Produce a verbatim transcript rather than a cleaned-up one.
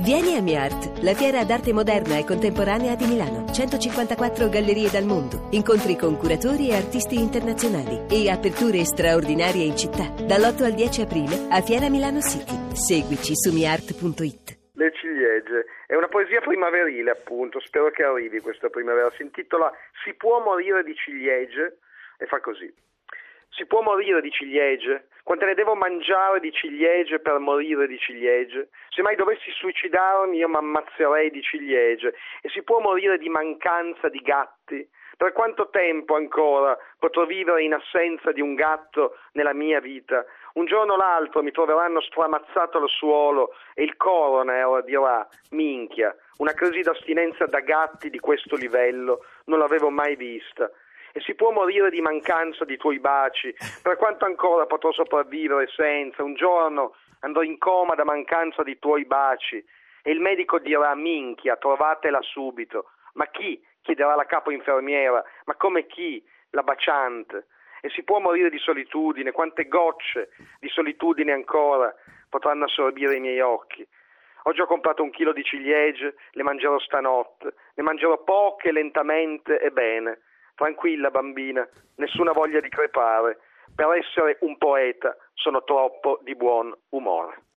Vieni a MiArt, la fiera d'arte moderna e contemporanea di Milano. centocinquantaquattro gallerie dal mondo, incontri con curatori e artisti internazionali e aperture straordinarie in città. Dall'otto al dieci aprile a Fiera Milano City. Seguici su miart punto it. Le ciliegie è una poesia primaverile, appunto, spero che arrivi questa primavera. Si intitola Si può morire di ciliegie e fa così: si può morire di ciliegie? Quante ne devo mangiare di ciliegie per morire di ciliegie? Se mai dovessi suicidarmi io mi ammazzerei di ciliegie. E si può morire di mancanza di gatti? Per quanto tempo ancora potrò vivere in assenza di un gatto nella mia vita? Un giorno o l'altro mi troveranno stramazzato al suolo e il coroner dirà: minchia, una crisi d'astinenza da gatti di questo livello non l'avevo mai vista. E si può morire di mancanza di tuoi baci? Per quanto ancora potrò sopravvivere senza? Un giorno andrò in coma da mancanza di tuoi baci e il medico dirà: minchia, trovatela subito. Ma chi? Chiederà la capo infermiera. Ma come chi? La baciante. E si può morire di solitudine? Quante gocce di solitudine ancora potranno assorbire i miei occhi? Oggi ho comprato un chilo di ciliegie, le mangerò stanotte, ne mangerò poche, lentamente e bene. Tranquilla bambina, nessuna voglia di crepare. Per essere un poeta sono troppo di buon umore.